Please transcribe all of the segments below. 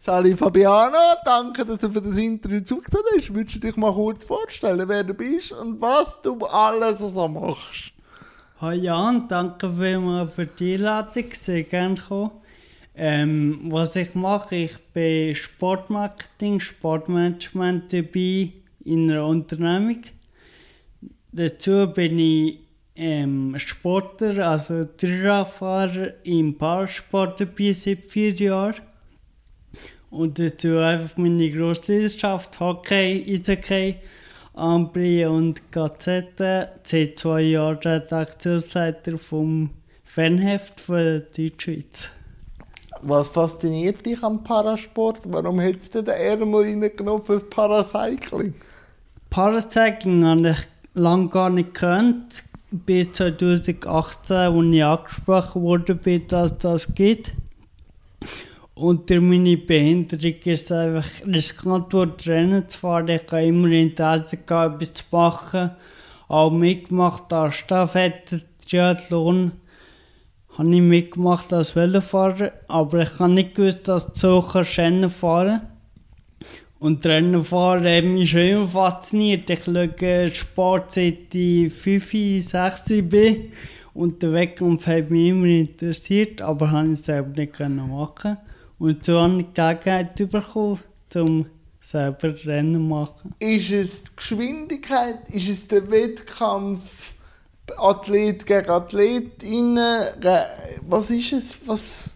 Sali Fabiano, danke, dass du für das Interview zugesagt hast. Würdest du dich mal kurz vorstellen, wer du bist und was du alles so machst? Hi Jan, danke vielmals für die Einladung, sehr gerne gekommen. Was ich mache, ich bin Sportmarketing, Sportmanagement dabei in einer Unternehmung. Dazu bin ich Sportler, also Dreirad-Fahrer im Parasport dabei seit 4 Jahren. Und dazu einfach meine grosse Leidenschaft, Hockey, Eishockey, Ambri und Gazette. Seit 2 Jahren Redaktionsleiter vom Fanheft von der Deutschschweiz. Was fasziniert dich am Parasport? Warum hättest du den Ärmel reingenommen für Paracycling? Paracycling habe ich lange gar nicht gekannt. Bis 2018, als ich angesprochen wurde, dass das gibt. Und durch meine Behinderung ist es einfach riskant, Rennen zu fahren. Ich habe immer Interesse gehabt, etwas zu machen. Auch mitgemacht als Staffette, Triathlon. Habe ich mitgemacht als Velofahrer. Aber ich habe nicht gewusst, dass du so Rennen fahren kannst. Und Rennen fahren hat mich schon immer fasziniert. Ich schaue Sport seit ich 5, 6 bin. Und der Wettkampf hat mich immer interessiert, aber habe ich selber nicht machen. Und so habe ich die Gelegenheit bekommen, um selber Rennen zu machen. Ist es die Geschwindigkeit? Ist es der Wettkampf Athlet gegen Athletinnen? Was ist es?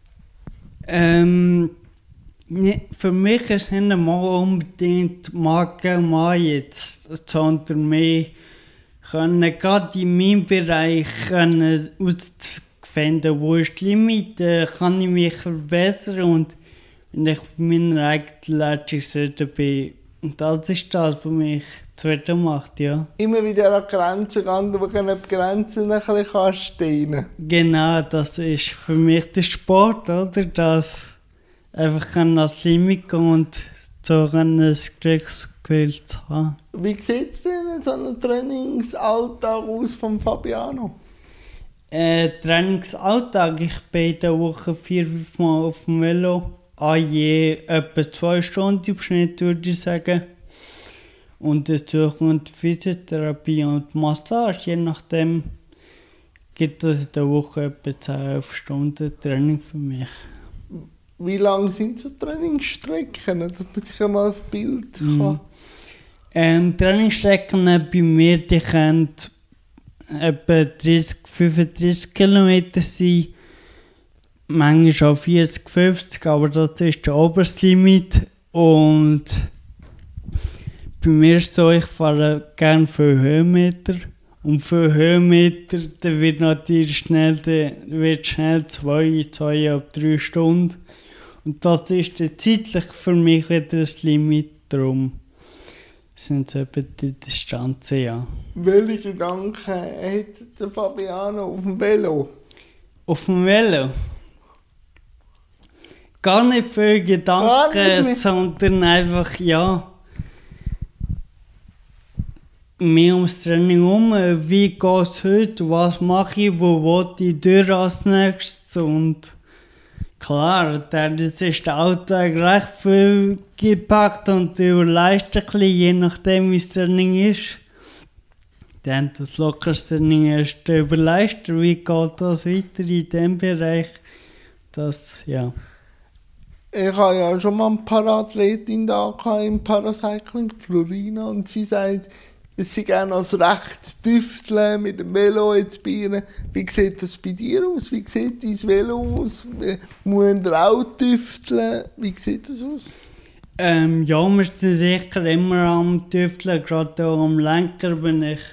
Für mich ist es nicht mal unbedingt Mann gegen Mann jetzt, sondern mehr können gerade in meinem Bereich herausfinden, wo ist die Limite, kann ich mich verbessern und wenn ich bei meiner eigenen Leistung bin. Und das ist das, was mich zufrieden macht, ja. Immer wieder an Grenzen gehen, wo du die Grenzen ein bisschen stehen. Genau, das ist für mich der Sport, oder? Das einfach ans Limit gehen und so ein Glücksgefühl zu haben. Wie sieht es denn so ein Trainingsalltag aus von Fabiano? Trainingsalltag, ich bin in der Woche 4-5 Mal auf dem Velo. Je etwa 2 Stunden im Schnitt, würde ich sagen. Und dazu kommt Physiotherapie und Massage. Je nachdem gibt es in der Woche etwa 10-11 Stunden Training für mich. Wie lang sind so Trainingsstrecken, dass man sich einmal ein Bild kann? Trainingsstrecken bei mir, die können etwa 30-35 Kilometer sein. Manchmal auch 40-50, aber das ist der oberste Limit. Und bei mir ist es so, ich fahre gerne für Höhenmeter. Und für Höhenmeter dann wird natürlich schnell 2,5-3 Stunden. Und das ist dann zeitlich für mich wieder das Limit. Darum sind es etwa die Distanzen, ja. Welche Gedanken hat der Fabiano auf dem Velo? Auf dem Velo? Gar nicht viele Gedanken, sondern einfach, ja, mehr ums Training herum. Wie geht es heute? Was mache ich? Wo will ich durch als nächstes? Und klar, das ist der Alltag recht viel gepackt und du überleist ein bisschen, je nachdem wie das Training ist. Dann das lockerste Training ist der Überleister. Wie geht das weiter in diesem Bereich? Das, ja. Ich habe ja schon mal eine Parathletin da im Paracycling, Florina, und sie sagt, dass sie gerne als recht tüfteln mit dem Velo jetzt bei ihr. Wie sieht das bei dir aus? Wie sieht dein Velo aus? Muss er auch tüfteln? Wie sieht das aus? Ja, wir sind sicher immer am Tüfteln, gerade auch am Lenker bin ich.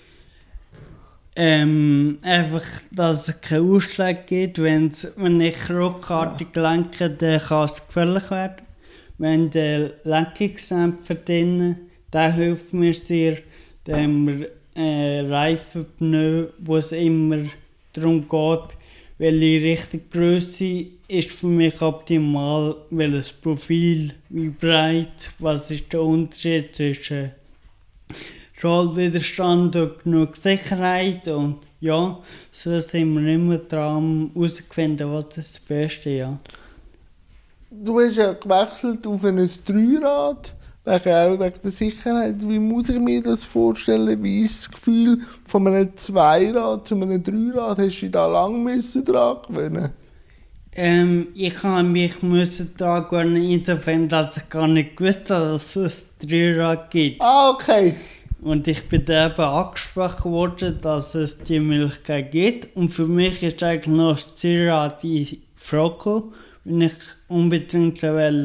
Einfach, dass es keinen Ausschlag gibt. Wenn ich ruckartig lenke, dann kann es gefährlich werden. Wenn der Lenkungsdämpfer drin, der hilft mir sehr. Dann haben wir Reifen, Pneu, wo es immer darum geht, welche richtige Größe ist für mich optimal, welches Profil, wie breit, was ist der Unterschied zwischen Rollwiderstand und genug Sicherheit. Und ja, so sind wir immer dran herauszufinden, was ist das Beste, ja. du hast ja gewechselt auf ein Dreirad, auch wegen der Sicherheit. Wie muss ich mir das vorstellen? Wie ist das Gefühl von einem Zweirad zu einem Dreirad? Hast du dich da lange daran gewöhnen? Ich habe mich daran gewöhnen, insofern, dass ich gar nicht gewusst habe, dass es ein Dreirad gibt. Ah, okay. Und ich bin da eben angesprochen worden, dass es die Möglichkeit gibt. Und für mich ist eigentlich noch das Dreirad in Frage gekommen, wenn ich unbedingt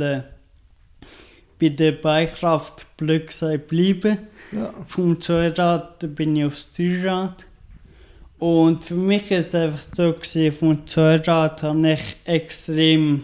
bei der Beinkraft blöd gesagt bleiben. Ja. Vom Zweirad bin ich aufs Dreirad. Und für mich ist es einfach so gewesen, vom Zweirad habe ich extrem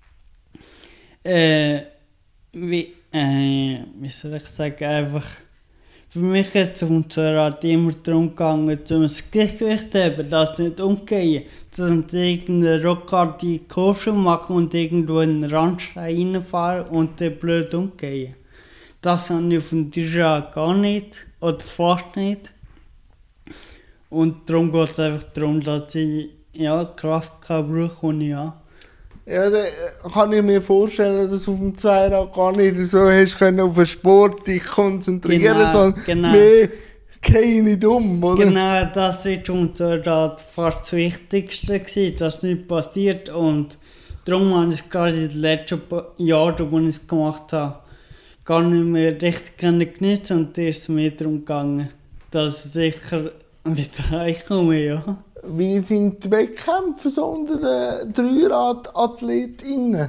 wie soll ich sagen, einfach für mich ist es vom Zweirad immer darum gegangen, das Gleichgewicht zu haben, dass nicht umgehen, dass ich irgendeine rockartige Kurve mache und irgendwo in den Randstein reinfahre und dann blöd umgehen. Das habe ich auf dem Dreirad gar nicht oder fast nicht. Und darum geht es einfach darum, dass ich Kraft brauchen kann, die ich habe. Ja, da kann ich mir vorstellen, dass du auf dem Zweirad gar nicht so hast können auf den Sport dich konzentrieren, sondern mehr gehe nicht um, oder? Genau, das war schon Zweirad fast das Wichtigste gewesen, dass nichts passiert. Und darum habe ich es gerade in den letzten Jahren, wo ich es gemacht habe, gar nicht mehr richtig geniessen. Und da ist es mir darum gegangen, dass ich sicher wieder reinkomme, ja. Wie sind die Wettkämpfe so unter den Dreirad-AthletInnen?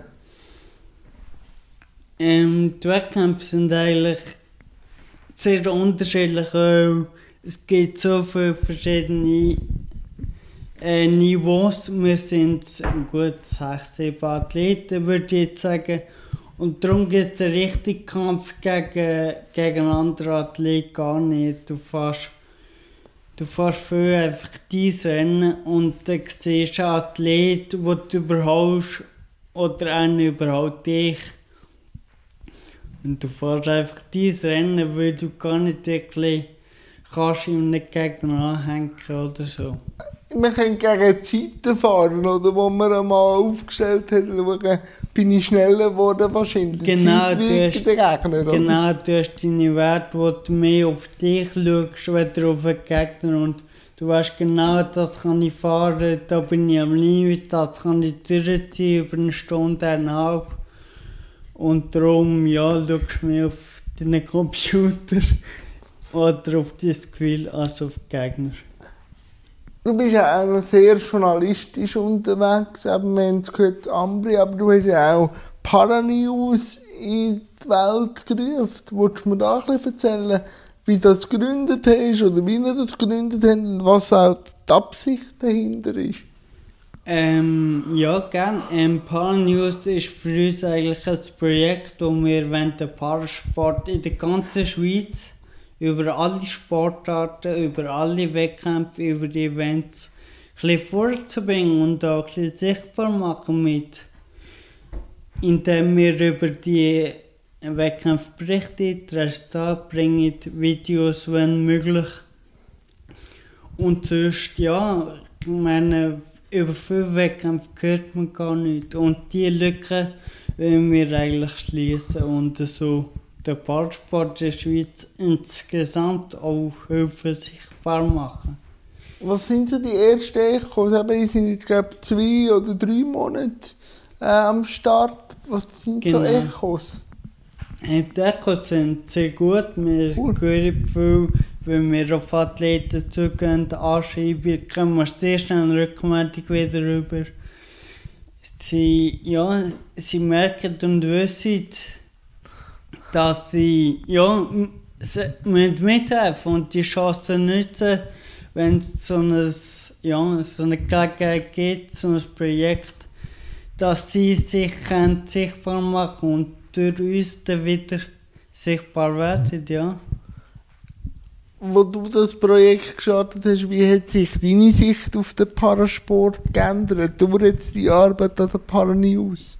Die Wettkämpfe sind eigentlich sehr unterschiedlich. Es gibt so viele verschiedene Niveaus. Wir sind gut 6, 7 Athleten, würde ich jetzt sagen. Und darum gibt es einen richtigen Kampf gegen andere Athleten gar nicht. Du fährst viel einfach dein Rennen und dann siehst du einen Athlet, den du überholst oder einer überholt dich. Und du fährst einfach dein Rennen, weil du gar nicht wirklich kannst ihm nicht Gegner anhängen oder so. Wir können gegen Zeiten fahren, oder? Wo man einmal aufgestellt hat, schauen, bin ich schneller geworden wahrscheinlich. Genau, du hast deine Werte, wo du mehr auf dich schaust, weder auf den Gegner. Und du weißt genau, das kann ich fahren, da bin ich am Limit, das kann ich durchziehen über eine Stunde, eineinhalb. Und darum, schaust du mehr auf deinen Computer oder auf dein Gefühl als auf die Gegner. Du bist ja auch noch sehr journalistisch unterwegs, eben, wir haben es gehört, Ambri, aber du hast ja auch Paranews in die Welt gerufen. Willst du mir da ein bisschen erzählen, wie das gegründet hast oder wie ihr das gegründet habt und was auch die Absicht dahinter ist? Ja, gerne. Paranews ist für uns eigentlich ein Projekt, wo wir den Parasport in der ganzen Schweiz über alle Sportarten, über alle Wettkämpfe, über die Events ein bisschen vorzubringen und auch ein bisschen sichtbar machen indem wir über die Wettkämpfe berichten, Resultate bringen, Videos, wenn möglich. Und sonst, ich meine, über viele Wettkämpfe hört man gar nicht. Und diese Lücke wollen wir eigentlich schließen und so den Parasport der Schweiz insgesamt auch Hilfe sichtbar machen. Was sind so die ersten Echos? Ihr seid jetzt, glaube ich, 2 oder 3 Monate am Start. Was sind so Echos? Die Echos sind sehr gut. Wir hören viel, wenn wir auf Athleten zugehen, anschreiben, kommen wir sehr schnell eine Rückmeldung wieder rüber. Sie merken und wissen, dass sie mithelfen und die Chance nutzen, wenn es so eine Gelegenheit gibt, so ein Projekt, dass sie sich sichtbar machen und durch uns dann wieder sichtbar werden, ja. Wo du das Projekt gestartet hast, wie hat sich deine Sicht auf den Parasport geändert durch jetzt die Arbeit an der Paranews?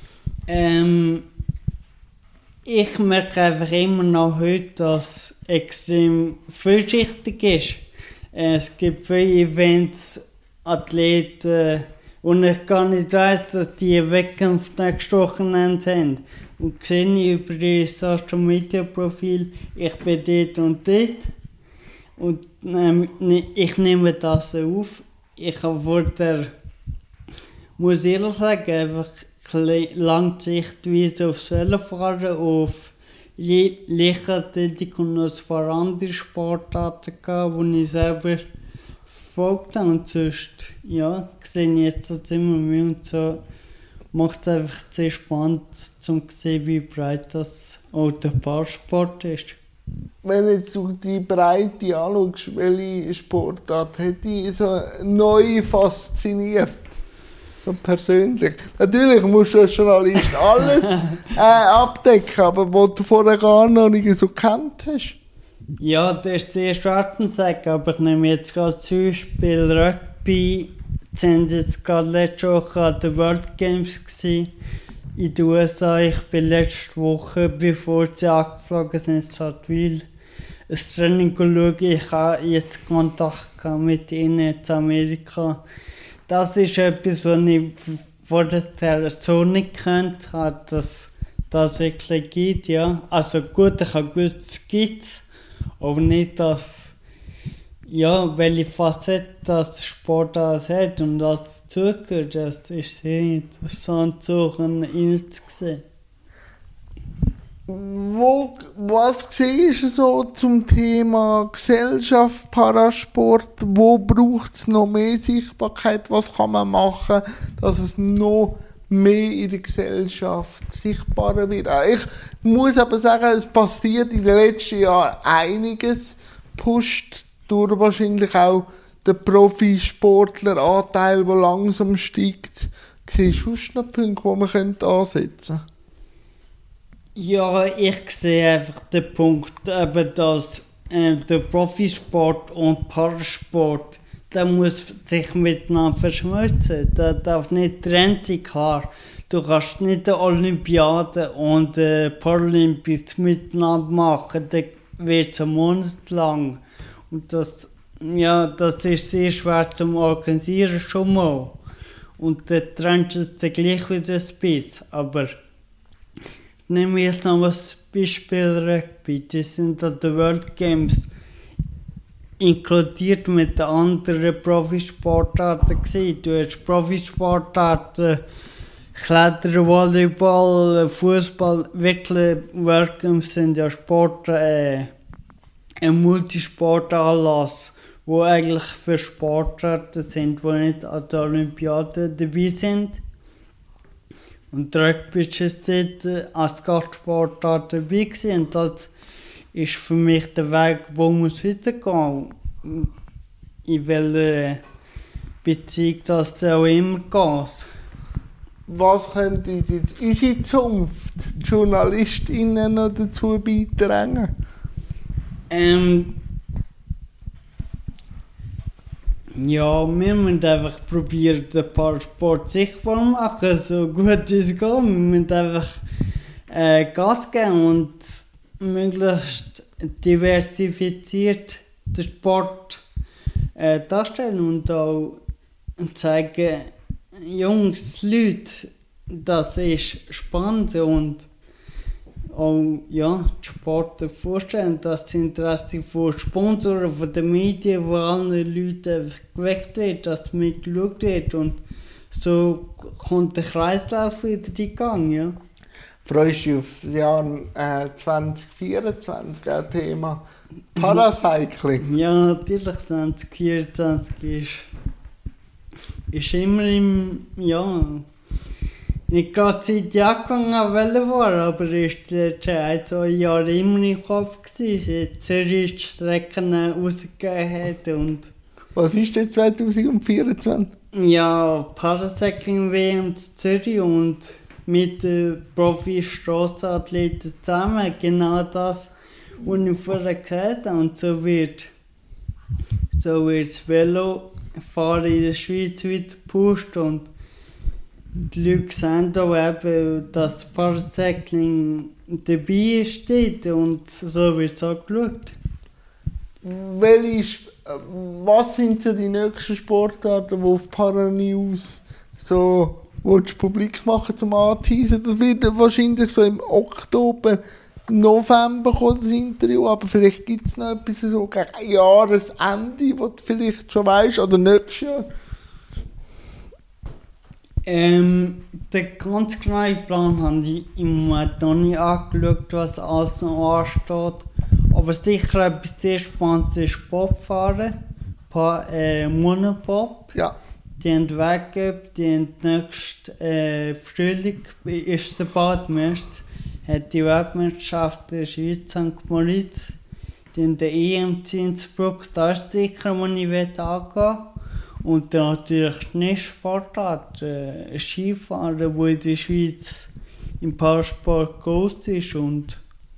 Ich merke einfach immer noch heute, dass es extrem vielschichtig ist. Es gibt viele Events, Athleten, und ich gar nicht weiss, dass die Wettkämpfe nächstes Wochenende haben. Und sehe ich über ihr Social Media Profil, ich bin dort und dort. Und ich nehme das auf. Ich habe vor der, muss ich ehrlich sagen, einfach langsichtweise aufs Velofahren, auf Leichtathletik und noch ein paar andere Sportarten gehabt, die ich selber verfolgt habe. Und sonst, ja, sehe ich jetzt so immer mehr und so. Macht es einfach sehr spannend, um zu sehen, wie breit das auch der Ballsport ist. Wenn jetzt du die Breite anschaust, welche Sportart hat dich so neu fasziniert? So persönlich. Natürlich musst du als Journalist alles abdecken, aber was du vorher gar noch nicht so gekannt hast. Ja, das ist sehr schwer zu sagen, aber ich nehme jetzt gerade zum Beispiel Rugby. Sie waren jetzt gerade letzte Woche an den World Games in den USA. Ich bin letzte Woche, bevor sie angeflogen sind, in Zartwil, ein Training schauen. Ich habe jetzt Kontakt mit ihnen in Amerika. Das ist etwas, was ich vorher so nicht gekannt habe, dass das wirklich gibt. Ja. Also gut, ich habe gewusst, es gibt es, aber nicht, dass ja, welche Facette das Sportart hat und das dazugehört, das ist sehr interessant, so reinzusehen. Was siehst du so zum Thema Gesellschaft, Parasport? Wo braucht es noch mehr Sichtbarkeit? Was kann man machen, dass es noch mehr in der Gesellschaft sichtbarer wird? Ich muss aber sagen, es passiert in den letzten Jahren einiges, pusht durch wahrscheinlich auch den Profisportleranteil, der langsam steigt. Siehst du sonst noch Punkte, die man ansetzen könnte? Ja, ich sehe einfach den Punkt, eben, dass der Profisport und Parasport, der muss sich miteinander verschmelzen. Der darf nicht getrennt sein, klar. Du kannst nicht die Olympiade und Paralympics miteinander machen, dann wird es einen Monat lang. Und das ist sehr schwer zu organisieren schon mal. Und dann trennst du es dann gleich wieder ein bisschen. Aber nehmen wir jetzt noch ein Beispiel Rugby. Die sind an den World Games inkludiert mit den anderen Profisportarten gewesen. Du hast Profisportarten, Klettern, Volleyball, Fußball. Wirklich, World Games sind ja ein Multisportanlass, wo eigentlich für Sportarten sind, die nicht an der Olympiade dabei sind. Und Rugby ist dort als Gastsportart dabei gewesen. Und das ist für mich der Weg, wo muss weitergehen. In welcher Beziehung das auch immer geht. Was könnte jetzt unsere Zunft, die JournalistInnen, noch dazu beitragen? Ja, wir müssen einfach probieren, den Parasport sichtbar zu machen, so gut es geht. Wir müssen einfach Gas geben und möglichst diversifiziert den Sport darstellen und auch zeigen, Jungs, Leute, das ist spannend und auch ja, die Sport vorstellen, dass das Interesse von Sponsoren, von den Medien, von allen Leuten geweckt wird, dass es mitgeschaut wird und so kommt der Kreislauf wieder in Gang. Ja. Freust du dich auf das Jahr 2024, ein Thema Paracycling? Ja, natürlich, 2024 ist immer im, ja, nicht gerade seit Jahren an Velofahren, aber ist letzte 1-2 Jahre immer im Kopf gewesen, Zürich die Strecken rausgegeben hat und... Was ist denn 2024? Ja, Paracycling-WM in Zürich und mit den Profi-Strassenathleten zusammen, genau das, was ich vorher gesagt habe. Und so wird das Velofahren in der Schweiz wieder gepusht und die Leute sehen auch eben, dass Paracycling dabei steht und so wird es auch geschaut. Was sind so die nächsten Sportarten, die auf Paranews so willst, publik machen zum Anteasen. Das wird wahrscheinlich so im Oktober, November kommen, das Interview, aber vielleicht gibt es noch etwas so gegen Jahresende, was du vielleicht schon weißt, oder nächstes Jahr. Den ganz genauen Plan habe ich im Moment noch nicht angeschaut, was alles noch ansteht. Aber sicher etwas sehr Spannendes ist Bobfahren. Monopop. Ja. Die haben Weltcup, die haben nächsten Frühling, ist es bald März, hat die Weltmeisterschaft der Schweiz St. Moritz. Die haben den EMC in Innsbruck, das ist sicher, wo ich angehen will. Und dann natürlich Schneesportart, Skifahren, wo in der Schweiz im Parasport groß ist. Und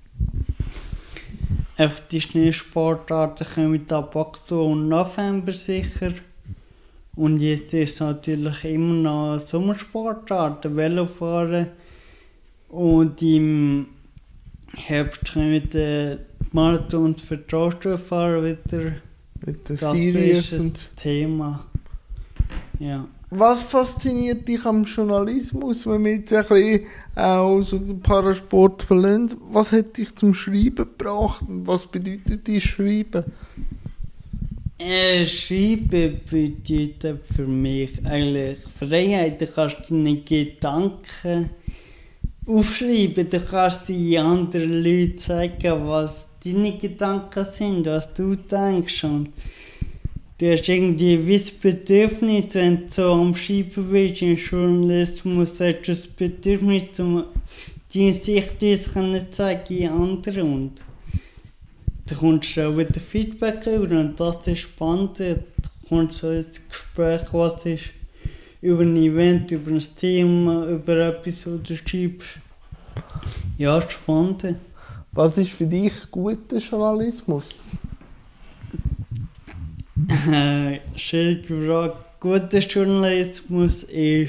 einfach die Schneesportarten kommen ab Oktober und November sicher. Und jetzt ist es natürlich immer noch Sommersportarten, Velofahren. Und im Herbst kommen die Marathons für die Rollstuhlfahrer wieder. Mit der Das Series ist und das Thema. Ja. was fasziniert dich am Journalismus, wenn wir jetzt ein bisschen auch so den Parasport verlassen? Was hat dich zum Schreiben gebracht und was bedeutet dir Schreiben? Schreiben bedeutet für mich eigentlich Freiheit. Du kannst deine Gedanken aufschreiben, du kannst sie anderen Leuten zeigen, was deine Gedanken sind, was du denkst. Und du hast irgendwie wie das Bedürfnis, wenn du so am Schreiben bist im Journalismus, hast du das Bedürfnis, um deine Sichtweise zu zeigen in anderen. Und da kommst du auch wieder Feedback über und das ist spannend. Da kommst du so ins Gespräch, was ist über ein Event, über ein Thema, über etwas, was du schreibst. Ja, spannend. Was ist für dich guter Journalismus? Schwierige Frage. Guter Journalismus ist,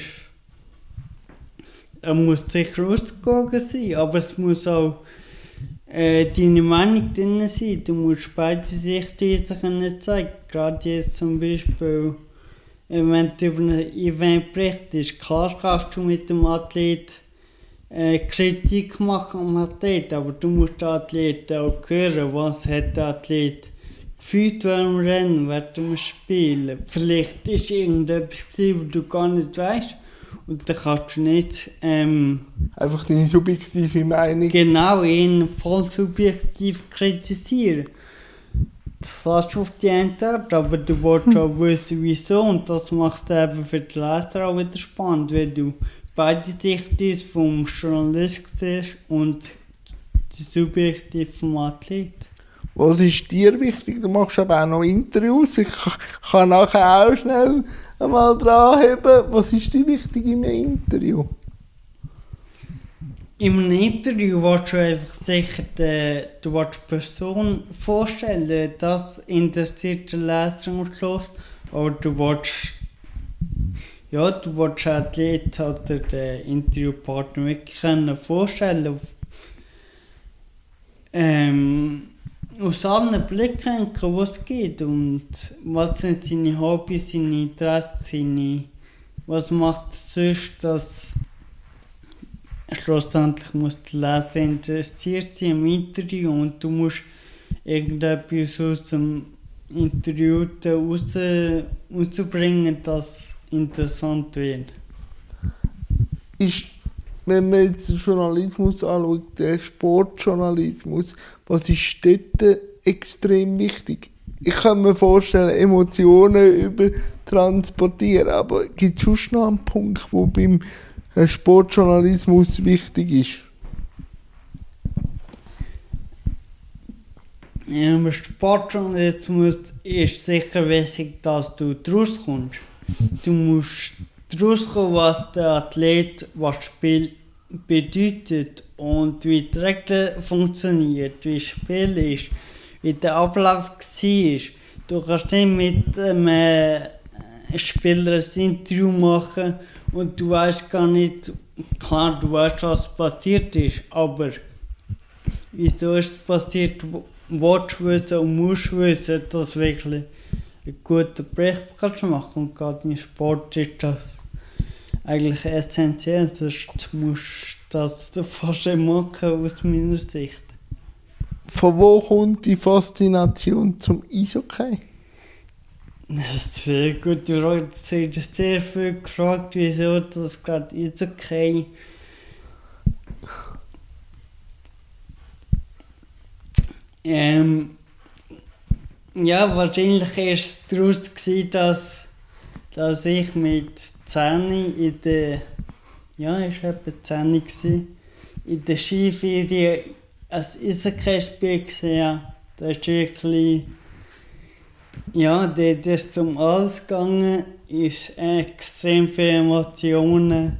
er muss sicher ausgewogen sein, aber es muss auch deine Meinung drin sein. Du musst beide Sichtweisen zeigen. Gerade jetzt zum Beispiel, wenn du über ein Event berichtest, klar kannst du mit dem Athlet Kritik machen am Athlet, aber du musst den Athleten auch hören, was hat der Athlet gefühlt während dem Rennen, während dem Spielen. Vielleicht ist irgendetwas gewesen, was du gar nicht weißt. Und dann kannst du nicht Einfach deine subjektive Meinung. genau ihn voll subjektiv kritisieren. Das kannst du auf die eine Art, aber du willst auch wissen, wieso. Und das macht es eben für die Leser auch wieder spannend, wenn du beide Sichtweisen vom Journalist siehst und die subjektive vom Athlet. Was ist dir wichtig? Du machst aber auch noch Interviews. Ich kann nachher auch schnell einmal dranheben. Was ist dir wichtig in einem Interview? In einem Interview willst du einfach sicher du willst die Person vorstellen. Das interessiert den Leser am Schluss. Aber du willst den Athlet oder den Interviewpartner wirklich vorstellen. Aus allen Blickwinkeln, die es gibt. Und was sind seine Hobbys, seine Interessen, was macht es sonst, dass schlussendlich muss der Leser interessiert sein im Interview und du musst irgendetwas aus dem Interview rauszubringen, das interessant wird. Wenn man jetzt den Journalismus anschaut, den Sportjournalismus, was ist dort extrem wichtig? Ich kann mir vorstellen, Emotionen übertransportieren, aber gibt es sonst noch einen Punkt, der beim Sportjournalismus wichtig ist? Im Sportjournalismus ist sicher wichtig, dass du daraus kommst. Du musst daraus kommen, was der Athlet, was das Spiel bedeutet und wie die Regeln funktionieren, wie das Spiel ist, wie der Ablauf war. Du kannst nicht mit einem Spieler ein Interview machen und du weißt gar nicht, klar, du weißt, was passiert ist, aber wieso ist es passiert, willst du wissen und musst wissen, dass du wirklich einen guten Bericht kannst machen. Und gerade im Sport ist das eigentlich essentiell, sonst musst du das fast nicht machen, aus meiner Sicht. Von wo kommt die Faszination zum Eishockey? Das ist sehr gut. Du hast sehr viel gefragt, wieso das gerade Eishockey. Ja, wahrscheinlich war es daraus, dass ich mit 10 in der. Ja, ich war etwa 10 in der Skiferie ein Eishockey-Spiel gesehen habe. Das ist wirklich. Ja, das ist zum Alles gegangen, ist extrem viele Emotionen,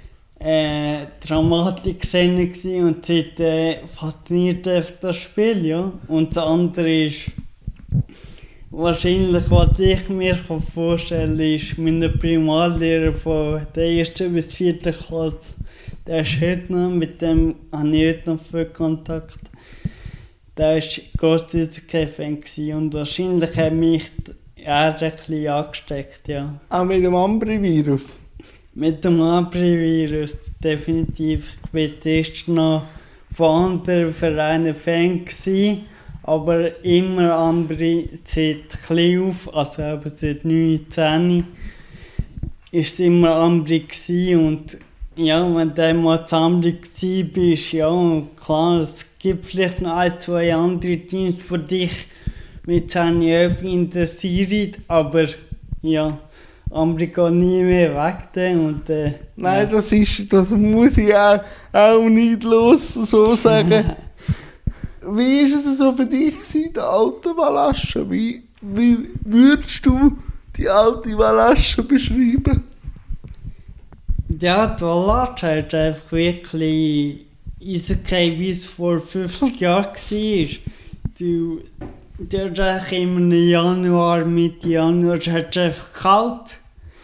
Dramatik drin gewesen und seitdem fasziniert auf das Spiel, ja. Und das andere ist, wahrscheinlich, was ich mir vorstellen kann, ist mein Primarlehrer von der 1. bis 4. Klasse, der ist heute noch, mit dem habe ich heute noch viel Kontakt. Der war großer Eishockey-Fan und wahrscheinlich hat mich er ein bisschen angesteckt, ja. Auch mit dem Ambri-Virus? Mit dem Ambri-Virus, definitiv. Ich war zuerst noch von anderen Vereinen Fan gewesen, aber immer Ambri seit klein auf, also eben seit 9, 10, war es immer Ambri gewesen und ja, wenn du mal zu Ambri warst, ja, klar, es gibt vielleicht noch 1, 2 andere Teams, die dich mit 10, 11 interessieren, aber ja, Ambri geht nie mehr weg. Und, nein, ja. Das muss ich auch nicht los so sagen. Wie war es so für dich, der alte Valascha? Wie würdest du die alte Valascha beschreiben? Ja, die Valascha ist einfach wirklich Eishockey, wie es vor 50 Jahren war. Du hast einfach immer im Januar, Mitte Januar, es ist einfach kalt.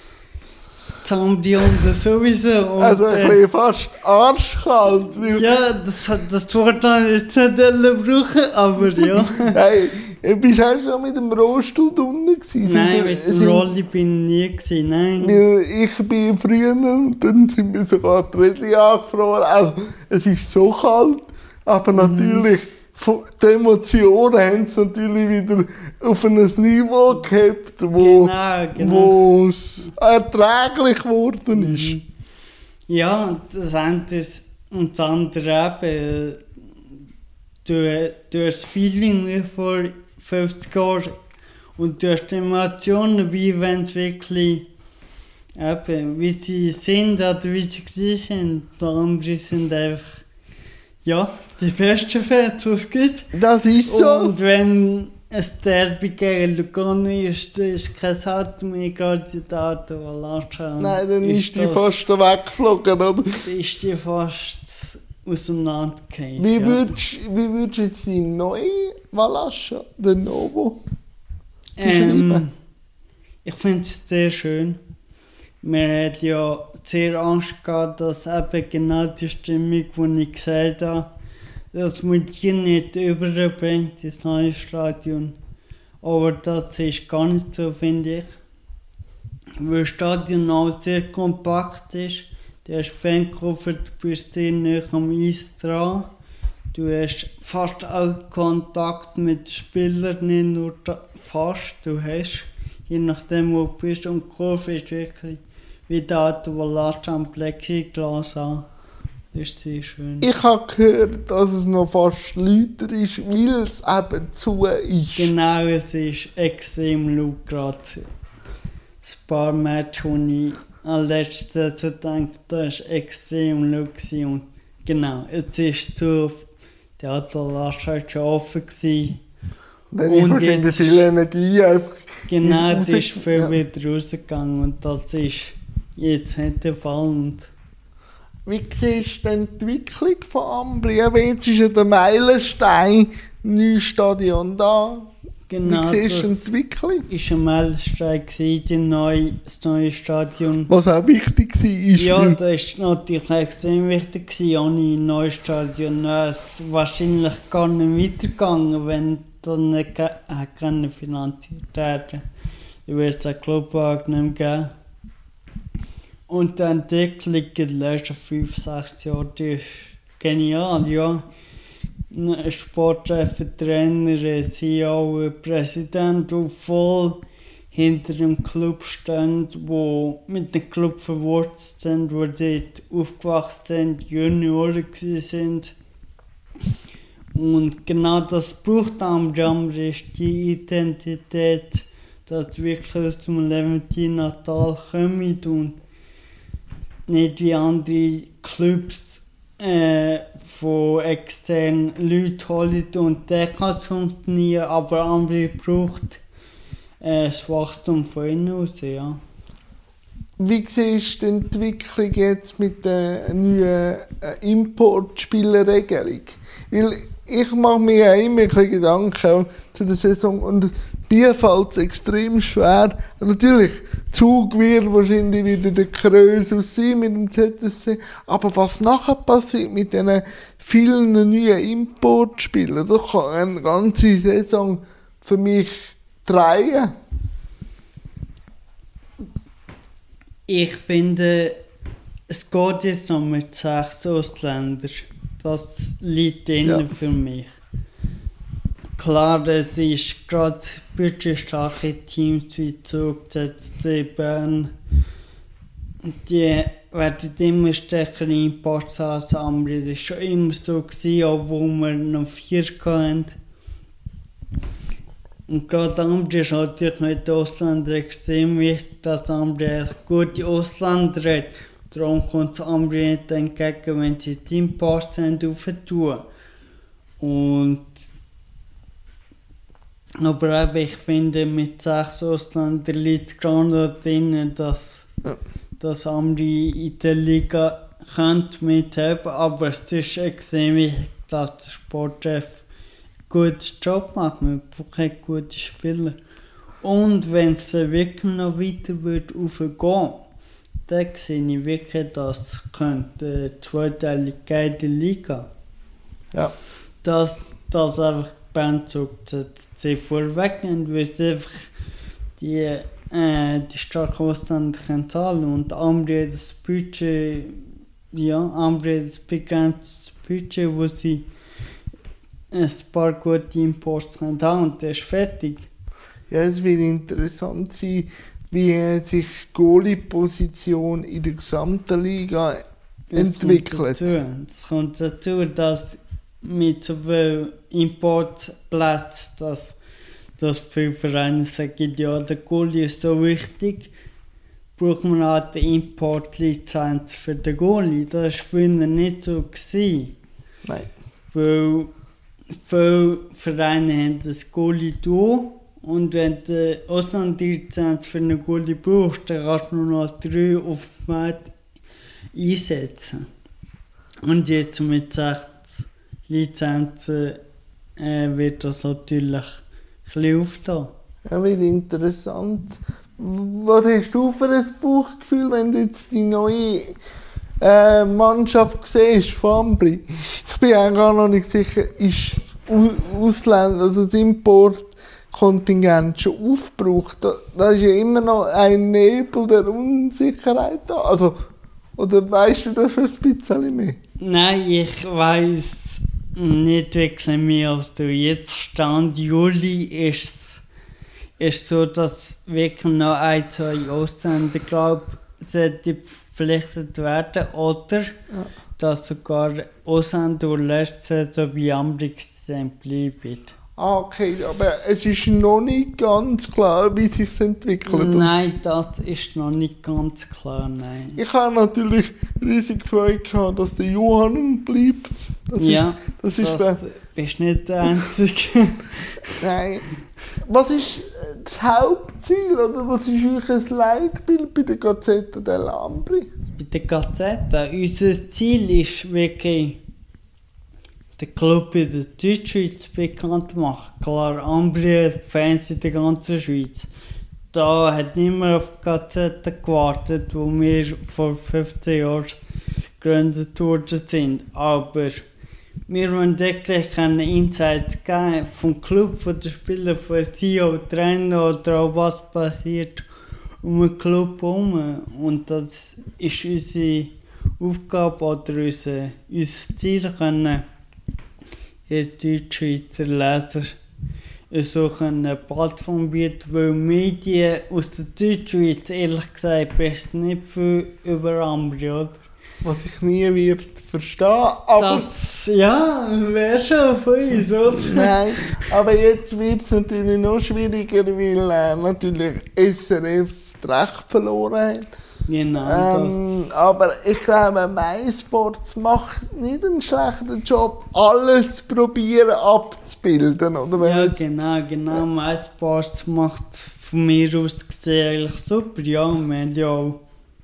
Ambri und sowieso. Und, also ein bisschen fast arschkalt. Ja, das Wort habe ich jetzt nicht brauchen, aber ja. Hey, bist du auch schon mit dem Rollstuhl unten gewesen? Nein, mit dem Rolli bin ich nie gewesen, nein. Ich bin früher und dann sind wir sogar die Rädchen angefroren. Also, es ist so kalt, aber natürlich, die Emotionen haben es natürlich wieder auf ein Niveau gehabt, wo es erträglich geworden ist. Ja, und das andere eben, du hast das Feeling wie vor 50 Jahren und du hast die Emotionen, wie wenn es wirklich eben, wie sie sind oder wie sie sind. Die anderen sind einfach ja, die besten Fans, die es gibt. Das ist so. Und wenn ein Derby gegen Lugano ist, dann ist kein Auto mehr gerade in der Autovalascha. Nein, dann ist die fast weggeflogen, oder? Ist die fast auseinandergefallen. Wie würdest du jetzt die neue Valascha, den Novo, beschreiben? Ich finde es sehr schön. Wir hatten ja sehr Angst gehabt, dass eben genau die Stimmung, die ich gesagt habe, dass man die nicht überbringt ins neue Stadion. Aber das ist gar nicht so, finde ich. Weil das Stadion auch sehr kompakt ist. Du hast Fankurve, du bist sehr nah am Eis dran. Du hast fast auch Kontakt mit den Spielern, nicht nur fast. Du hast, je nachdem wo du bist. Und die Kurve ist wirklich wie der Autovalascha am Plexiglas an. Das ist sehr schön. Ich habe gehört, dass es noch fast lauter ist, weil es eben zu ist. Genau, es ist extrem laut gerade. Ein paar Matches, wo ich am letzten dazu gedacht habe, das war extrem laut. Und genau, jetzt ist zu. Der Autovalascha war schon offen. Dann ist wahrscheinlich viel Energie einfach. Genau, das ist viel wieder rausgegangen und das ist jetzt nicht der Fall. Und wie siehst du denn die Entwicklung von Ambri? Jetzt ist ja der Meilenstein, neues Stadion da. Genau, wie siehst du die Entwicklung? Es war ein Meilenstein, das neue Stadion. Was auch wichtig war. Ja, das war natürlich extrem wichtig. Ohne ein neues Stadion wäre es wahrscheinlich gar nicht weitergegangen, wenn dann nicht finanziert werden. Dann würde es einen Clubwagen nicht mehr geben. Und die Entwicklung in den letzten 5-6 Jahren, die ist genial, ja. Ein Sportchef, ein Trainer, ein CEO, ein Präsident, die voll hinter dem Club stehen, die mit dem Club verwurzelt sind, die dort aufgewachsen sind, Junioren sind. Und genau das braucht Ambri, ist die Identität, dass sie wirklich aus dem Levantine Natal kommen und nicht wie andere Clubs von externen Leuten holen. Und der kann funktionieren, aber Ambri braucht das Wachstum von innen aus, ja. Wie siehst du die Entwicklung jetzt mit der neuen Importspielerregelung? Weil ich mache mir ja immer ein bisschen Gedanken zu der Saison und mir fällt es extrem schwer. Natürlich, Zug wird wahrscheinlich wieder der Krösus sein mit dem ZSC, aber was nachher passiert mit diesen vielen neuen Importspielern, da kann eine ganze Saison für mich drehen. Ich finde, es geht jetzt noch mit 6 Ausländern. Das liegt drin für mich. Klar, es ist gerade budgetstarke Teams wie Zug, ZSC, Bern. Die werden immer stärker Imports als Ambri. Das war schon immer so, obwohl wir noch 4 hatten. Und gerade Ambri ist natürlich mit den Ausländern extrem wichtig, dass Ambri gute Ausländer hat. Darum kommt Ambri nicht entgegen, wenn sie die Imports aufentun. Und aber eben, ich finde, mit 6 Ausländern liegt es gerade noch drin, dass Ambri in der Liga mithaben, aber es ist extrem wichtig, dass der Sportchef einen guten Job macht, mit wirklich guten Spielern. Und wenn es wirklich noch weiter raufgehen, dann sehe ich wirklich, dass eine zweiteilige Liga. Ja. Dass einfach Bernzug sie vorwegnimmt, weil einfach die starken Ausländer zahlen und Ambri hat das Budget, Ambri hat das begrenztes Budget, wo sie ein paar gute Imports haben und der ist fertig. Ja, es wird interessant sein, wie sich die Goalie-Position in der gesamten Liga entwickelt. Es kommt dazu, dass mit so viel Importplätzen, dass viele Vereine sagen, ja, der Goalie ist so wichtig, braucht man auch die Importlizenz für den Goalie. Das war früher nicht so. Nein. Weil viele Vereine haben das Goalie da und wenn du Auslandlizenz für einen Goalie brauchst, dann kannst du nur noch 3 auf dem Markt einsetzen. Und jetzt mit 6 Lizenzen wird das natürlich ein bisschen aufgehen. Ja, wird interessant. Was hast du für ein Bauchgefühl, wenn du jetzt die neue Mannschaft siehst von Ambri? Ich bin eigentlich gar noch nicht sicher, ist das Ausland, also das Importkontingent schon aufgebraucht? Da ist ja immer noch ein Nebel der Unsicherheit da. Also, oder weißt du das schon ein bisschen mehr? Nein, ich weiss nicht wirklich mehr als du. Jetzt Stand Juli ist so, dass wirklich noch 1-2 Ausländer, glaube ich, verpflichtet werden oder dass sogar Ausländer letzte Saison bei Ambri bleiben. Ah, okay, aber es ist noch nicht ganz klar, wie sich es entwickelt. Nein, das ist noch nicht ganz klar, nein. Ich habe natürlich riesig Freude gehabt, dass der Johann bleibt. Das bist nicht der Einzige. Nein. Was ist das Hauptziel oder was ist euch ein Leitbild bei der Gazzetta dell'Ambri? Bei der Gazzetta? Unser Ziel ist wirklich, den Club in der Deutschschweiz bekannt machen. Klar, Ambri Fans in der ganzen Schweiz. Da hat niemand auf die Gazzetta gewartet, wo wir vor 15 Jahren gegründet worden sind. Aber wir wollen wirklich keine Insights geben vom Club, von den Spielern, von CEO, Trainer oder auch was passiert um den Club herum. Und das ist unsere Aufgabe oder unser Ziel, können in Deutschschweizer Leser so eine Plattform bieten, weil Medien aus der Deutschschweiz, ehrlich gesagt, wissen nicht viel über Ambri, oder? Was ich nie wird verstehen, aber... Das, ja, wäre schon von uns, oder? Nein, aber jetzt wird es natürlich noch schwieriger, weil natürlich SRF das Recht verloren hat. Genau, Aber ich glaube, MySports macht nicht einen schlechten Job, alles probieren abzubilden, oder? Ja, genau. MySports macht es von mir aus gesehen eigentlich super. Ja, wir haben ja auch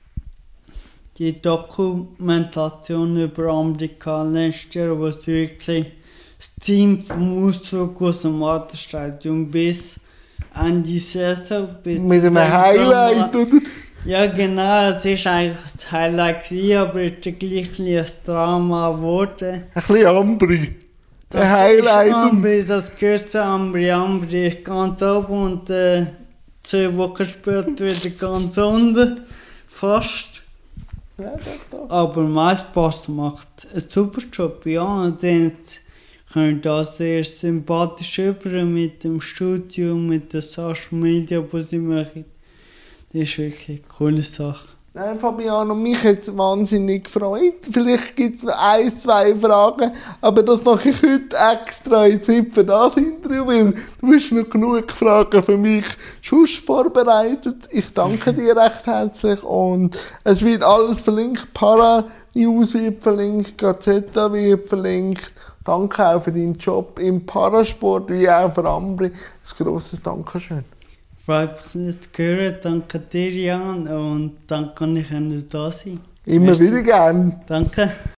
die Dokumentation über Amerika letztes Jahr, wo es wirklich das Team vom Auszug aus dem Waterstadion bis Ende Saison, bis mit einem Highlight, oder? Ja, genau, es war eigentlich das Highlight, aber es ist gleich ein Drama geworden. Ein bisschen Ambri. Das ein Highlight. Ist Ambri, das gehört zu Ambri. Ambri ist ganz oben und 2 Wochen später wieder ganz unten. Fast. Ja, doch. Aber MySpace macht einen super Job, ja. Und dann können das sehr sympathisch über mit dem Studio, mit den Social Media, was sie machen. Das ist wirklich eine coole Sache. Nein, Fabiano, mich hat es wahnsinnig gefreut. Vielleicht gibt es noch 1, 2 Fragen, aber das mache ich heute extra jetzt nicht für das Interview, weil du hast noch genug Fragen für mich schon vorbereitet. Ich danke dir recht herzlich und es wird alles verlinkt. Para-News wird verlinkt, Gazetta wird verlinkt. Danke auch für deinen Job im Parasport, wie auch für Ambri. Ein grosses Dankeschön. Freut mich, das zu hören. Danke dir, Jan, und danke, dass ich da sein. Immer wieder gern. Danke.